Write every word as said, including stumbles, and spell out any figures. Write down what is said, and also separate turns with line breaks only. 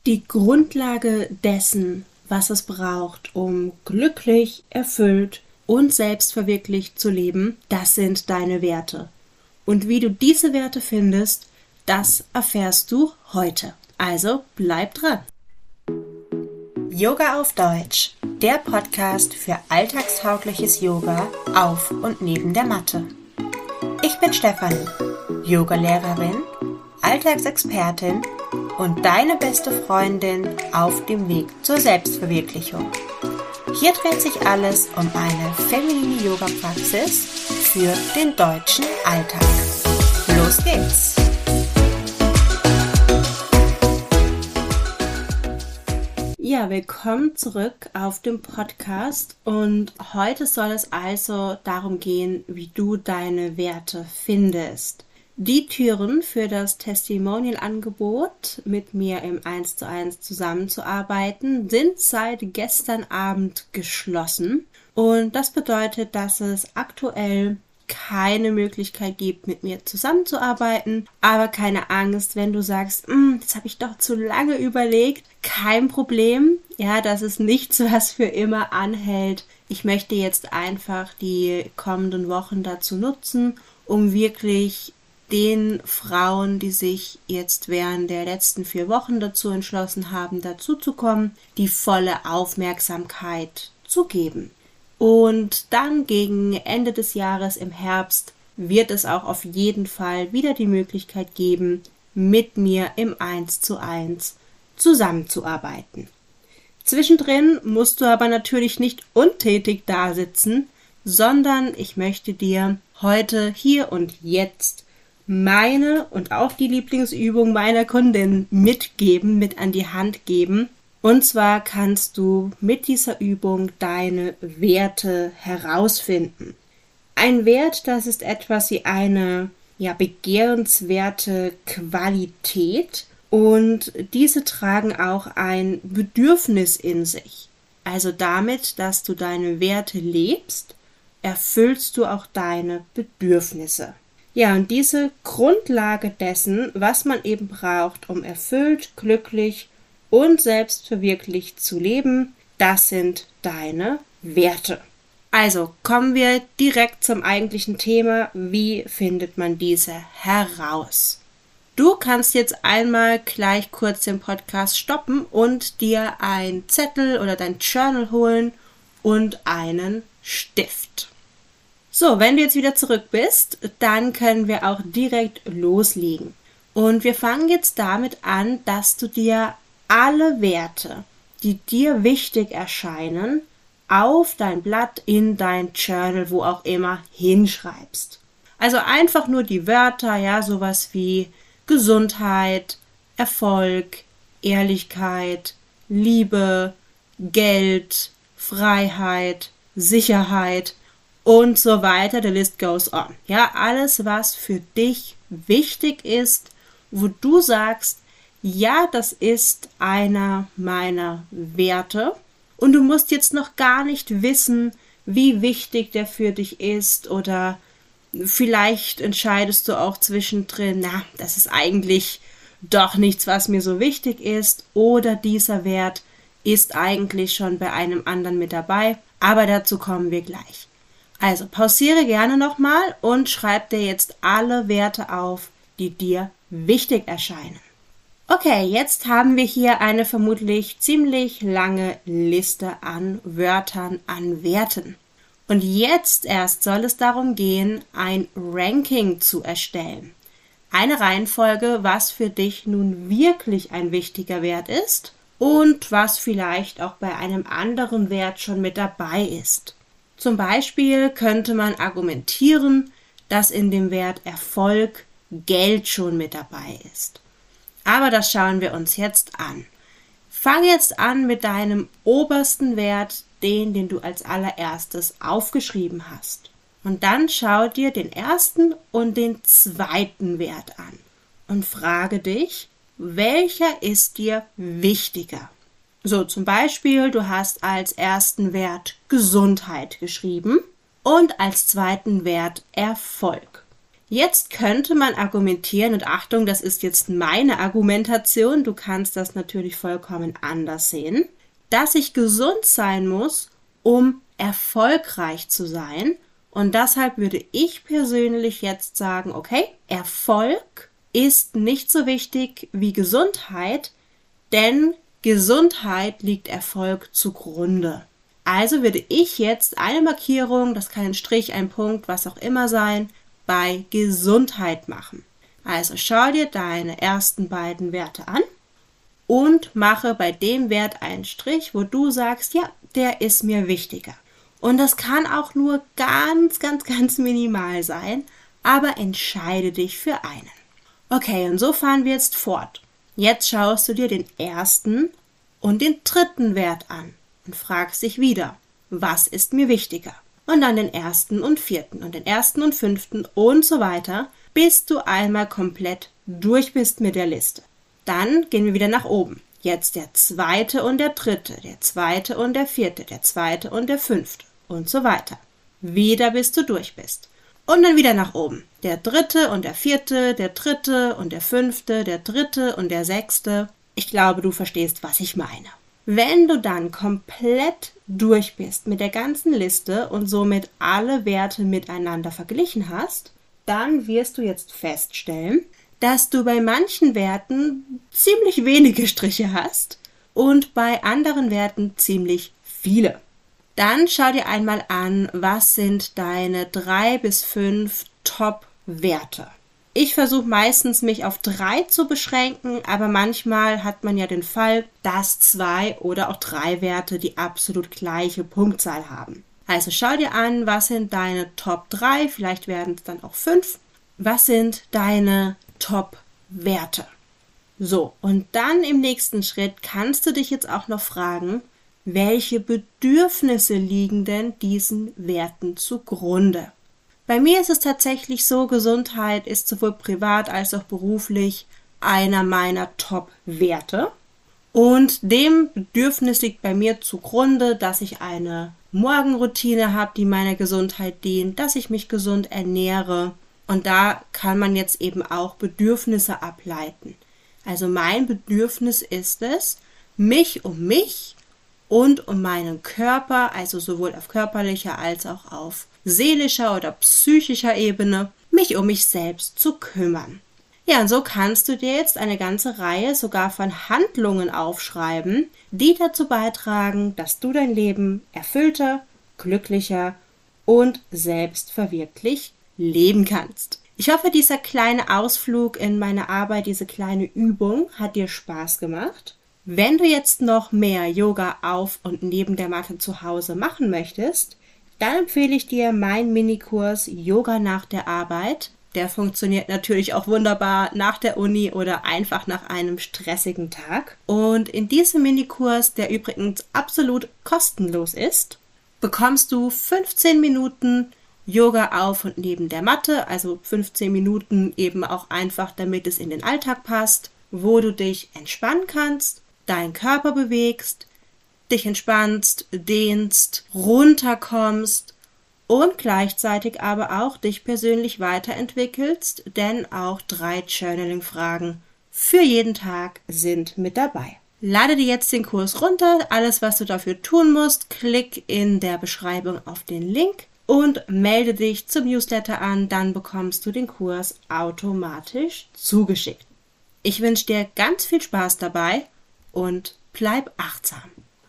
Die Grundlage dessen, was es braucht, um glücklich, erfüllt und selbstverwirklicht zu leben, das sind deine Werte. Und wie du diese Werte findest, das erfährst du heute. Also bleib dran.
Yoga auf Deutsch, der Podcast für alltagstaugliches Yoga auf und neben der Matte. Ich bin Stefanie, Yogalehrerin, Alltagsexpertin und deine beste Freundin auf dem Weg zur Selbstverwirklichung. Hier dreht sich alles um eine feminine Yoga-Praxis für den deutschen Alltag. Los geht's!
Ja, willkommen zurück auf dem Podcast und heute soll es also darum gehen, wie du deine Werte findest. Die Türen für das Testimonial-Angebot, mit mir im eins zu eins zusammenzuarbeiten, sind seit gestern Abend geschlossen. Und das bedeutet, dass es aktuell keine Möglichkeit gibt, mit mir zusammenzuarbeiten. Aber keine Angst, wenn du sagst, das habe ich doch zu lange überlegt. Kein Problem. Ja, das ist nichts, was für immer anhält. Ich möchte jetzt einfach die kommenden Wochen dazu nutzen, um wirklich den Frauen, die sich jetzt während der letzten vier Wochen dazu entschlossen haben, dazuzukommen, die volle Aufmerksamkeit zu geben. Und dann gegen Ende des Jahres im Herbst wird es auch auf jeden Fall wieder die Möglichkeit geben, mit mir im eins zu eins zusammenzuarbeiten. Zwischendrin musst du aber natürlich nicht untätig dasitzen, sondern ich möchte dir heute, hier und jetzt meine und auch die Lieblingsübung meiner Kundin mitgeben, mit an die Hand geben. Und zwar kannst du mit dieser Übung deine Werte herausfinden. Ein Wert, das ist etwas wie eine ja, begehrenswerte Qualität und diese tragen auch ein Bedürfnis in sich. Also damit, dass du deine Werte lebst, erfüllst du auch deine Bedürfnisse. Ja, und diese Grundlage dessen, was man eben braucht, um erfüllt, glücklich und selbstverwirklicht zu leben, das sind deine Werte. Also kommen wir direkt zum eigentlichen Thema. Wie findet man diese heraus? Du kannst jetzt einmal gleich kurz den Podcast stoppen und dir ein Zettel oder dein Journal holen und einen Stift. So, wenn du jetzt wieder zurück bist, dann können wir auch direkt loslegen. Und wir fangen jetzt damit an, dass du dir alle Werte, die dir wichtig erscheinen, auf dein Blatt, in dein Journal, wo auch immer, hinschreibst. Also einfach nur die Wörter, ja, sowas wie Gesundheit, Erfolg, Ehrlichkeit, Liebe, Geld, Freiheit, Sicherheit und so weiter, the list goes on. Ja, alles, was für dich wichtig ist, wo du sagst, ja, das ist einer meiner Werte und du musst jetzt noch gar nicht wissen, wie wichtig der für dich ist oder vielleicht entscheidest du auch zwischendrin, na, das ist eigentlich doch nichts, was mir so wichtig ist oder dieser Wert ist eigentlich schon bei einem anderen mit dabei, aber dazu kommen wir gleich. Also pausiere gerne nochmal und schreib dir jetzt alle Werte auf, die dir wichtig erscheinen. Okay, jetzt haben wir hier eine vermutlich ziemlich lange Liste an Wörtern, an Werten. Und jetzt erst soll es darum gehen, ein Ranking zu erstellen. Eine Reihenfolge, was für dich nun wirklich ein wichtiger Wert ist und was vielleicht auch bei einem anderen Wert schon mit dabei ist. Zum Beispiel könnte man argumentieren, dass in dem Wert Erfolg Geld schon mit dabei ist. Aber das schauen wir uns jetzt an. Fang jetzt an mit deinem obersten Wert, den, den du als allererstes aufgeschrieben hast. Und dann schau dir den ersten und den zweiten Wert an und frage dich, welcher ist dir wichtiger? So, zum Beispiel, du hast als ersten Wert Gesundheit geschrieben und als zweiten Wert Erfolg. Jetzt könnte man argumentieren, und Achtung, das ist jetzt meine Argumentation, du kannst das natürlich vollkommen anders sehen, dass ich gesund sein muss, um erfolgreich zu sein. Und deshalb würde ich persönlich jetzt sagen, okay, Erfolg ist nicht so wichtig wie Gesundheit, denn Gesundheit liegt Erfolg zugrunde. Also würde ich jetzt eine Markierung, das kann ein Strich, ein Punkt, was auch immer sein, bei Gesundheit machen. Also schau dir deine ersten beiden Werte an und mache bei dem Wert einen Strich, wo du sagst, ja, der ist mir wichtiger. Und das kann auch nur ganz, ganz, ganz minimal sein, aber entscheide dich für einen. Okay, und so fahren wir jetzt fort. Jetzt schaust du dir den ersten und den dritten Wert an und fragst dich wieder, was ist mir wichtiger? Und dann den ersten und vierten und den ersten und fünften und so weiter, bis du einmal komplett durch bist mit der Liste. Dann gehen wir wieder nach oben. Jetzt der zweite und der dritte, der zweite und der vierte, der zweite und der fünfte und so weiter. Wieder bis du durch bist. Und dann wieder nach oben. Der dritte und der vierte, der dritte und der fünfte, der dritte und der sechste. Ich glaube, du verstehst, was ich meine. Wenn du dann komplett durch bist mit der ganzen Liste und somit alle Werte miteinander verglichen hast, dann wirst du jetzt feststellen, dass du bei manchen Werten ziemlich wenige Striche hast und bei anderen Werten ziemlich viele. Dann schau dir einmal an, was sind deine drei bis fünf Top-Werte. Ich versuche meistens, mich auf drei zu beschränken, aber manchmal hat man ja den Fall, dass zwei oder auch drei Werte die absolut gleiche Punktzahl haben. Also schau dir an, was sind deine Top drei, vielleicht werden es dann auch fünf. Was sind deine Top-Werte? So, und dann im nächsten Schritt kannst du dich jetzt auch noch fragen, welche Bedürfnisse liegen denn diesen Werten zugrunde? Bei mir ist es tatsächlich so, Gesundheit ist sowohl privat als auch beruflich einer meiner Top-Werte. Und dem Bedürfnis liegt bei mir zugrunde, dass ich eine Morgenroutine habe, die meiner Gesundheit dient, dass ich mich gesund ernähre. Und da kann man jetzt eben auch Bedürfnisse ableiten. Also mein Bedürfnis ist es, mich um mich und um meinen Körper, also sowohl auf körperlicher als auch auf seelischer oder psychischer Ebene, mich um mich selbst zu kümmern. Ja, und so kannst du dir jetzt eine ganze Reihe sogar von Handlungen aufschreiben, die dazu beitragen, dass du dein Leben erfüllter, glücklicher und selbstverwirklicht leben kannst. Ich hoffe, dieser kleine Ausflug in meine Arbeit, diese kleine Übung hat dir Spaß gemacht. Wenn du jetzt noch mehr Yoga auf und neben der Matte zu Hause machen möchtest, dann empfehle ich dir meinen Minikurs Yoga nach der Arbeit. Der funktioniert natürlich auch wunderbar nach der Uni oder einfach nach einem stressigen Tag. Und in diesem Minikurs, der übrigens absolut kostenlos ist, bekommst du fünfzehn Minuten Yoga auf und neben der Matte, also fünfzehn Minuten eben auch einfach, damit es in den Alltag passt, wo du dich entspannen kannst, deinen Körper bewegst, dich entspannst, dehnst, runterkommst und gleichzeitig aber auch dich persönlich weiterentwickelst, denn auch drei Journaling-Fragen für jeden Tag sind mit dabei. Lade dir jetzt den Kurs runter. Alles, was du dafür tun musst, klick in der Beschreibung auf den Link und melde dich zum Newsletter an, dann bekommst du den Kurs automatisch zugeschickt. Ich wünsche dir ganz viel Spaß dabei und bleib achtsam.